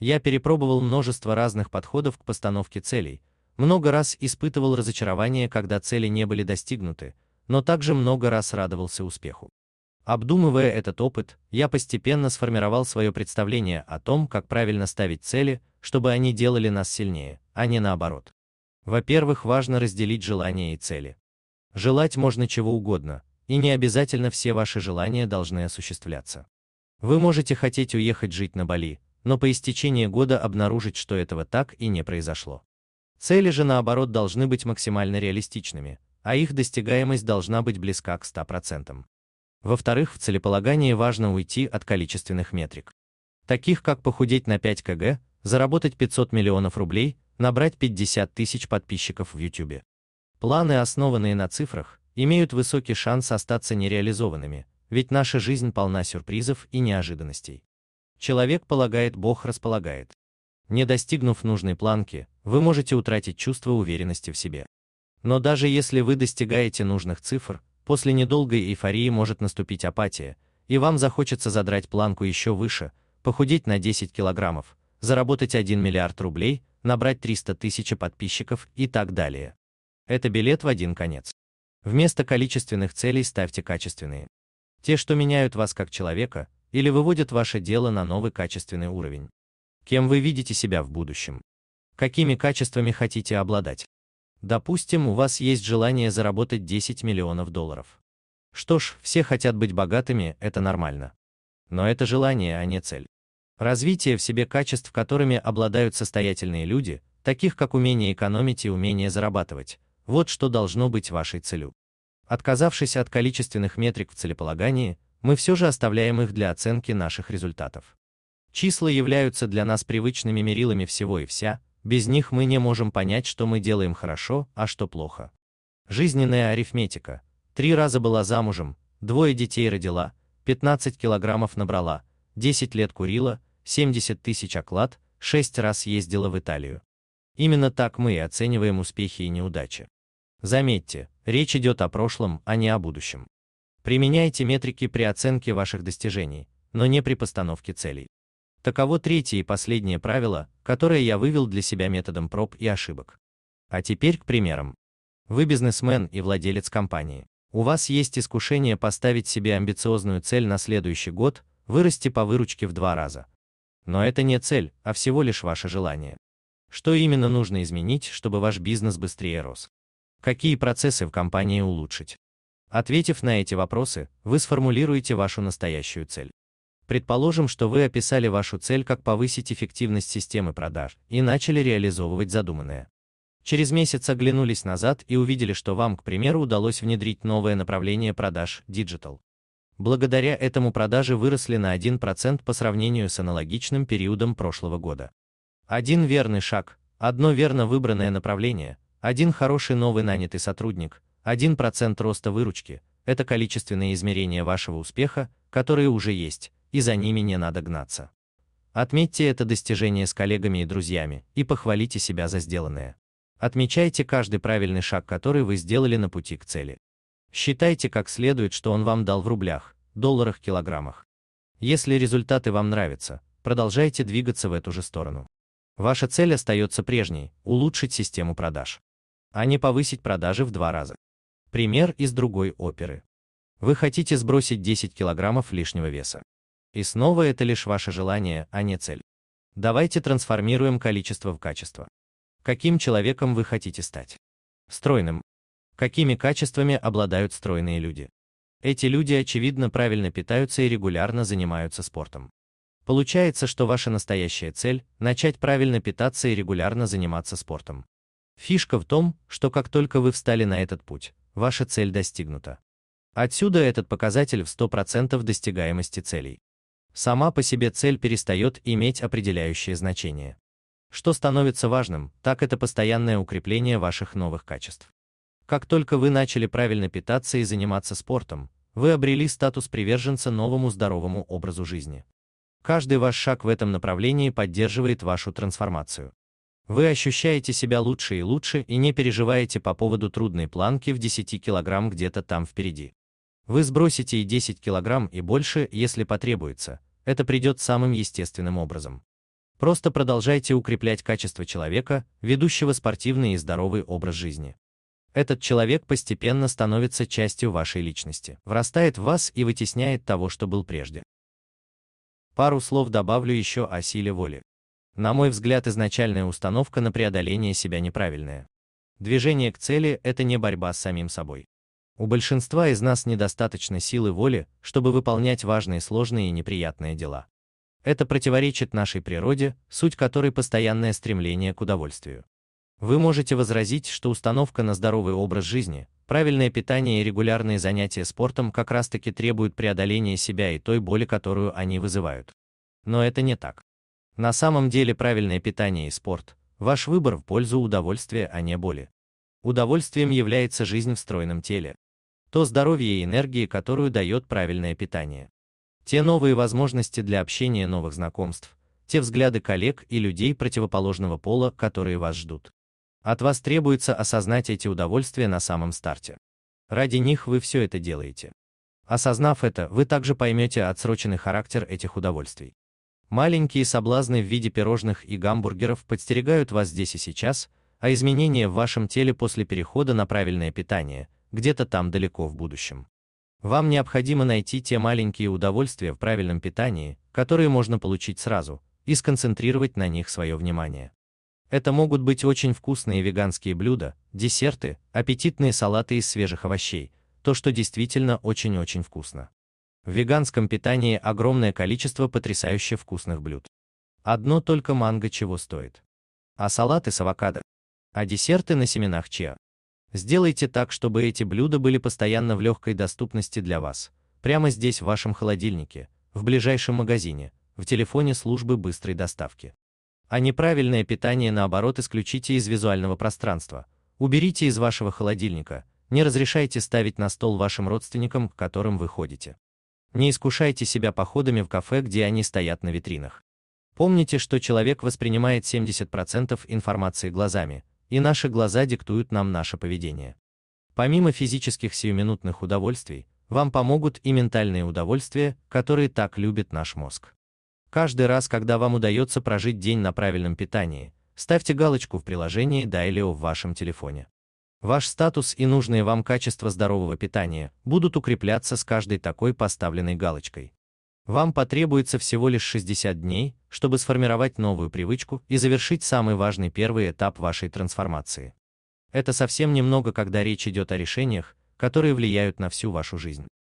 Я перепробовал множество разных подходов к постановке целей, много раз испытывал разочарование, когда цели не были достигнуты, но также много раз радовался успеху. Обдумывая этот опыт, я постепенно сформировал свое представление о том, как правильно ставить цели, чтобы они делали нас сильнее, а не наоборот. Во-первых, важно разделить желания и цели. Желать можно чего угодно, и не обязательно все ваши желания должны осуществляться. Вы можете хотеть уехать жить на Бали, но по истечении года обнаружить, что этого так и не произошло. Цели же, наоборот, должны быть максимально реалистичными, а их достигаемость должна быть близка к 100%. Во-вторых, в целеполагании важно уйти от количественных метрик, таких как похудеть на 5 кг, заработать 500 миллионов рублей, набрать 50 тысяч подписчиков в YouTube. Планы, основанные на цифрах, имеют высокий шанс остаться нереализованными, ведь наша жизнь полна сюрпризов и неожиданностей. Человек полагает, Бог располагает. Не достигнув нужной планки, вы можете утратить чувство уверенности в себе. Но даже если вы достигаете нужных цифр, после недолгой эйфории может наступить апатия, и вам захочется задрать планку еще выше, похудеть на 10 килограммов, заработать 1 миллиард рублей, набрать 300 тысяч подписчиков и так далее. Это билет в один конец. Вместо количественных целей ставьте качественные. Те, что меняют вас как человека, или выводят ваше дело на новый качественный уровень. Кем вы видите себя в будущем? Какими качествами хотите обладать? Допустим, у вас есть желание заработать 10 миллионов долларов. Что ж, все хотят быть богатыми, это нормально. Но это желание, а не цель. Развитие в себе качеств, которыми обладают состоятельные люди, таких как умение экономить и умение зарабатывать, вот что должно быть вашей целью. Отказавшись от количественных метрик в целеполагании, мы все же оставляем их для оценки наших результатов. Числа являются для нас привычными мерилами всего и вся, без них мы не можем понять, что мы делаем хорошо, а что плохо. Жизненная арифметика. 3 раза была замужем, 2 детей родила, 15 килограммов набрала, 10 лет курила, 70 тысяч оклад, 6 раз ездила в Италию. Именно так мы и оцениваем успехи и неудачи. Заметьте, речь идет о прошлом, а не о будущем. Применяйте метрики при оценке ваших достижений, но не при постановке целей. Таково третье и последнее правило, которое я вывел для себя методом проб и ошибок. А теперь к примерам. Вы бизнесмен и владелец компании. У вас есть искушение поставить себе амбициозную цель на следующий год, вырасти по выручке в 2 раза. Но это не цель, а всего лишь ваше желание. Что именно нужно изменить, чтобы ваш бизнес быстрее рос? Какие процессы в компании улучшить? Ответив на эти вопросы, вы сформулируете вашу настоящую цель. Предположим, что вы описали вашу цель как повысить эффективность системы продаж и начали реализовывать задуманное. Через месяц оглянулись назад и увидели, что вам, к примеру, удалось внедрить новое направление продаж – Digital. Благодаря этому продажи выросли на 1% по сравнению с аналогичным периодом прошлого года. Один верный шаг, одно верно выбранное направление, один хороший новый нанятый сотрудник, 1% роста выручки – это количественные измерения вашего успеха, которые уже есть, и за ними не надо гнаться. Отметьте это достижение с коллегами и друзьями и похвалите себя за сделанное. Отмечайте каждый правильный шаг, который вы сделали на пути к цели. Считайте как следует, что он вам дал в рублях, долларах, килограммах. Если результаты вам нравятся, продолжайте двигаться в эту же сторону. Ваша цель остается прежней – улучшить систему продаж, а не повысить продажи в 2 раза. Пример из другой оперы. Вы хотите сбросить 10 килограммов лишнего веса. И снова это лишь ваше желание, а не цель. Давайте трансформируем количество в качество. Каким человеком вы хотите стать? Стройным. Какими качествами обладают стройные люди? Эти люди, очевидно, правильно питаются и регулярно занимаются спортом. Получается, что ваша настоящая цель – начать правильно питаться и регулярно заниматься спортом. Фишка в том, что как только вы встали на этот путь, ваша цель достигнута. Отсюда этот показатель в 100% достигаемости целей. Сама по себе цель перестает иметь определяющее значение. Что становится важным, так это постоянное укрепление ваших новых качеств. Как только вы начали правильно питаться и заниматься спортом, вы обрели статус приверженца новому здоровому образу жизни. Каждый ваш шаг в этом направлении поддерживает вашу трансформацию. Вы ощущаете себя лучше и лучше и не переживаете по поводу трудной планки в 10 килограмм где-то там впереди. Вы сбросите и 10 килограмм и больше, если потребуется. Это придет самым естественным образом. Просто продолжайте укреплять качество человека, ведущего спортивный и здоровый образ жизни. Этот человек постепенно становится частью вашей личности, врастает в вас и вытесняет того, что был прежде. Пару слов добавлю еще о силе воли. На мой взгляд, изначальная установка на преодоление себя неправильная. Движение к цели – это не борьба с самим собой. У большинства из нас недостаточно силы воли, чтобы выполнять важные, сложные и неприятные дела. Это противоречит нашей природе, суть которой – постоянное стремление к удовольствию. Вы можете возразить, что установка на здоровый образ жизни, правильное питание и регулярные занятия спортом как раз-таки требуют преодоления себя и той боли, которую они вызывают. Но это не так. На самом деле правильное питание и спорт – ваш выбор в пользу удовольствия, а не боли. Удовольствием является жизнь в стройном теле. То здоровье и энергии, которую дает правильное питание. Те новые возможности для общения, новых знакомств, те взгляды коллег и людей противоположного пола, которые вас ждут. От вас требуется осознать эти удовольствия на самом старте. Ради них вы все это делаете. Осознав это, вы также поймете отсроченный характер этих удовольствий. Маленькие соблазны в виде пирожных и гамбургеров подстерегают вас здесь и сейчас, а изменения в вашем теле после перехода на правильное питание где-то там далеко в будущем. Вам необходимо найти те маленькие удовольствия в правильном питании, которые можно получить сразу, и сконцентрировать на них свое внимание. Это могут быть очень вкусные веганские блюда, десерты, аппетитные салаты из свежих овощей, то, что действительно очень-очень вкусно. В веганском питании огромное количество потрясающе вкусных блюд. Одно только манго чего стоит. А салаты с авокадо. А десерты на семенах чиа. Сделайте так, чтобы эти блюда были постоянно в легкой доступности для вас. Прямо здесь в вашем холодильнике, в ближайшем магазине, в телефоне службы быстрой доставки. А неправильное питание, наоборот, исключите из визуального пространства. Уберите из вашего холодильника, не разрешайте ставить на стол вашим родственникам, к которым вы ходите. Не искушайте себя походами в кафе, где они стоят на витринах. Помните, что человек воспринимает 70% информации глазами, и наши глаза диктуют нам наше поведение. Помимо физических сиюминутных удовольствий, вам помогут и ментальные удовольствия, которые так любит наш мозг. Каждый раз, когда вам удается прожить день на правильном питании, ставьте галочку в приложении Dailyo в вашем телефоне. Ваш статус и нужные вам качества здорового питания будут укрепляться с каждой такой поставленной галочкой. Вам потребуется всего лишь 60 дней, чтобы сформировать новую привычку и завершить самый важный первый этап вашей трансформации. Это совсем немного, когда речь идет о решениях, которые влияют на всю вашу жизнь.